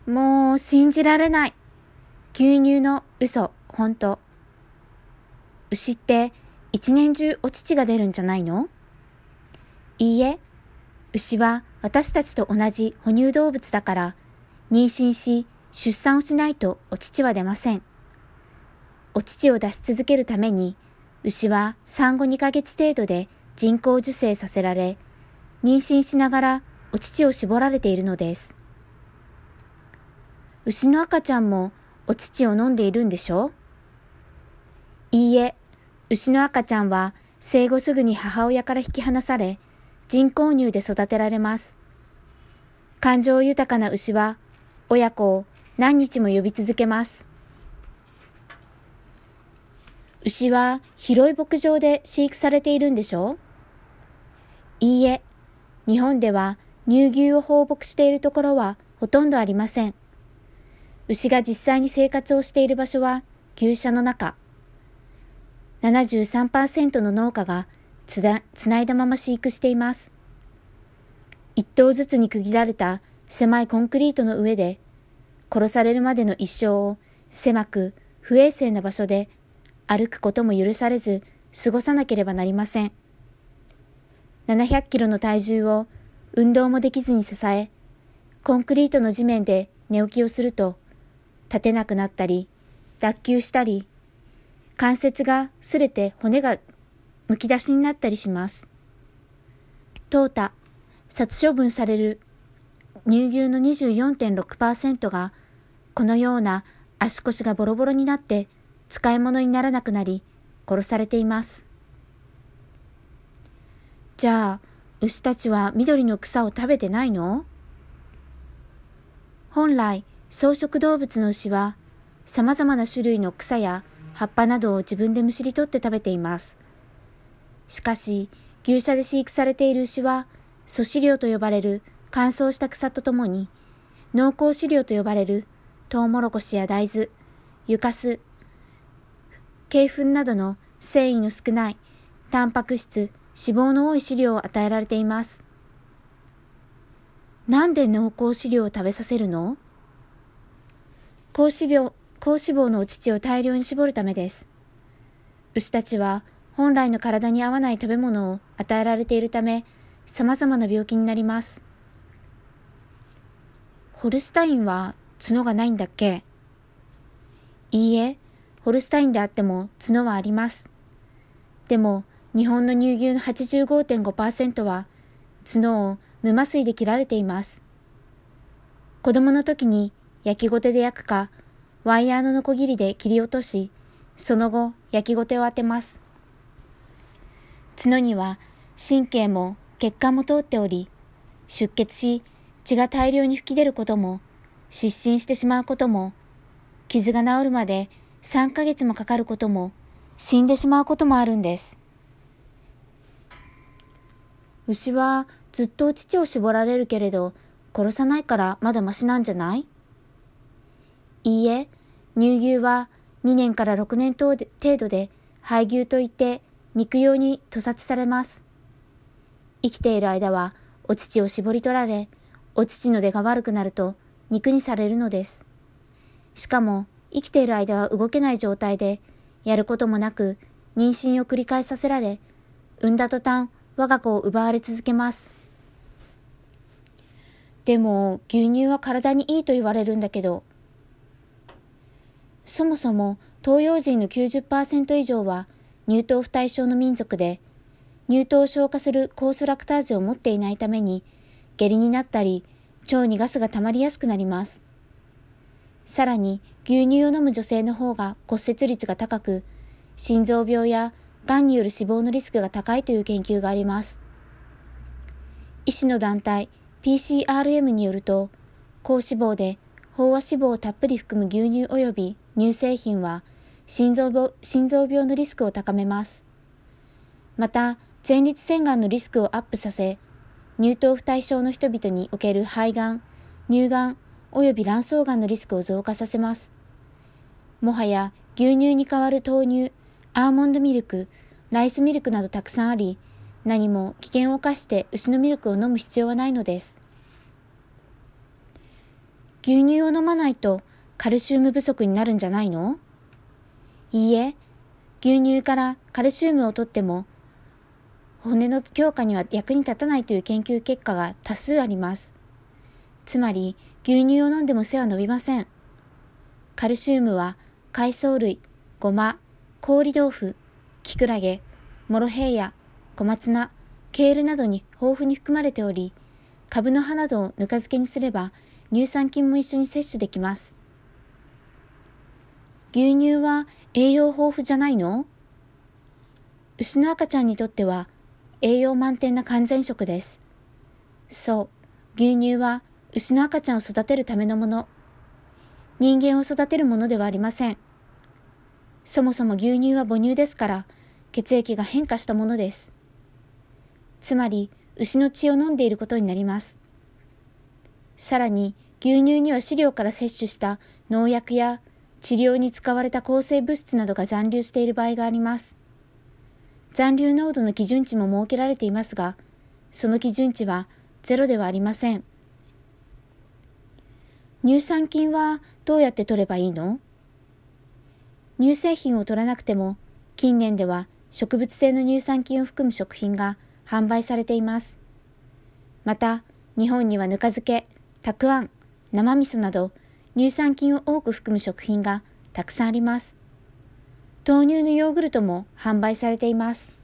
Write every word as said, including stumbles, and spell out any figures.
もう信じられない。牛乳の嘘、本当。牛って一年中お乳が出るんじゃないの？いいえ、牛は私たちと同じ哺乳動物だから、妊娠し出産をしないとお乳は出ません。お乳を出し続けるために、牛は産後にかげつ程度で人工授精させられ、妊娠しながらお乳を絞られているのです。牛の赤ちゃんもお乳を飲んでいるんでしょ？いいえ、牛の赤ちゃんは生後すぐに母親から引き離され、人工乳で育てられます。感情豊かな牛は親子を何日も呼び続けます。牛は広い牧場で飼育されているんでしょ？いいえ、日本では乳牛を放牧しているところはほとんどありません。牛が実際に生活をしている場所は牛舎の中。ななじゅうさんパーセント の農家がつな、つないだまま飼育しています。一頭ずつに区切られた狭いコンクリートの上で、殺されるまでの一生を狭く不衛生な場所で歩くことも許されず過ごさなければなりません。ななひゃくキロの体重を運動もできずに支え、コンクリートの地面で寝起きをすると、立てなくなったり、脱臼したり、関節が擦れて骨がむき出しになったりします。淘汰、殺処分される乳牛の にじゅうよんてんろくパーセント が、このような足腰がボロボロになって使い物にならなくなり、殺されています。じゃあ、牛たちは緑の草を食べてないの？本来、草食動物の牛は、様々な種類の草や葉っぱなどを自分でむしり取って食べています。しかし、牛舎で飼育されている牛は、粗飼料と呼ばれる乾燥した草とともに、濃厚飼料と呼ばれるトウモロコシや大豆、油かす、鶏粉などの繊維の少ないタンパク質、脂肪の多い飼料を与えられています。なんで濃厚飼料を食べさせるの？高脂肪、高脂肪のお乳を大量に絞るためです。牛たちは本来の体に合わない食べ物を与えられているため、様々な病気になります。ホルスタインは角がないんだっけ？いいえ、ホルスタインであっても角はあります。でも、日本の乳牛の はちじゅうごてんごパーセント は角を無麻酔で切られています。子供の時に焼きごてで焼くか、ワイヤーのノコギリで切り落とし、その後焼きごてを当てます。角には神経も血管も通っており、出血し血が大量に吹き出ることも、失神してしまうことも、傷が治るまでさんかげつもかかることも、死んでしまうこともあるんです。牛はずっとお乳を絞られるけれど、殺さないからまだマシなんじゃない？いいえ、乳牛はにねんからろくねん程度で廃牛といって肉用に屠殺されます。生きている間はお乳を絞り取られ、お乳の出が悪くなると肉にされるのです。しかも生きている間は動けない状態で、やることもなく妊娠を繰り返させられ、産んだ途端我が子を奪われ続けます。でも牛乳は体にいいと言われるんだけど、そもそも東洋人の きゅうじゅっパーセント 以上は乳糖不対症の民族で、乳糖を消化する酵素ラクタージを持っていないために、下痢になったり、腸にガスが溜まりやすくなります。さらに牛乳を飲む女性の方が骨折率が高く、心臓病やがんによる死亡のリスクが高いという研究があります。医師の団体 ピーシーアールエム によると、高脂肪で飽和脂肪をたっぷり含む牛乳及び乳製品は心臓病、心臓病のリスクを高めます。また、前立腺がんのリスクをアップさせ、乳糖不対症の人々における肺がん、乳がん及び卵巣がんのリスクを増加させます。もはや牛乳に代わる豆乳、アーモンドミルク、ライスミルクなどたくさんあり、何も危険を冒して牛のミルクを飲む必要はないのです。 牛乳を飲まないとカルシウム不足になるんじゃないの？いいえ、牛乳からカルシウムを取っても骨の強化には役に立たないという研究結果が多数あります。つまり牛乳を飲んでも背は伸びません。カルシウムは海藻類、ごま、氷豆腐、キクラゲ、モロヘイヤ、小松菜、ケールなどに豊富に含まれており、カブの葉などをぬか漬けにすれば乳酸菌も一緒に摂取できます。牛乳は栄養豊富じゃないの？牛の赤ちゃんにとっては栄養満点な完全食です。そう、牛乳は牛の赤ちゃんを育てるためのもの。人間を育てるものではありません。そもそも牛乳は母乳ですから、血液が変化したものです。つまり、牛の血を飲んでいることになります。さらに、牛乳には飼料から摂取した農薬や治療に使われた抗生物質などが残留している場合があります。残留濃度の基準値も設けられていますが、その基準値はゼロではありません。乳酸菌はどうやって取ればいいの？乳製品を取らなくても、近年では植物性の乳酸菌を含む食品が販売されています。また、日本にはぬか漬け、たくあん、生味噌など乳酸菌を多く含む食品がたくさんあります。豆乳のヨーグルトも販売されています。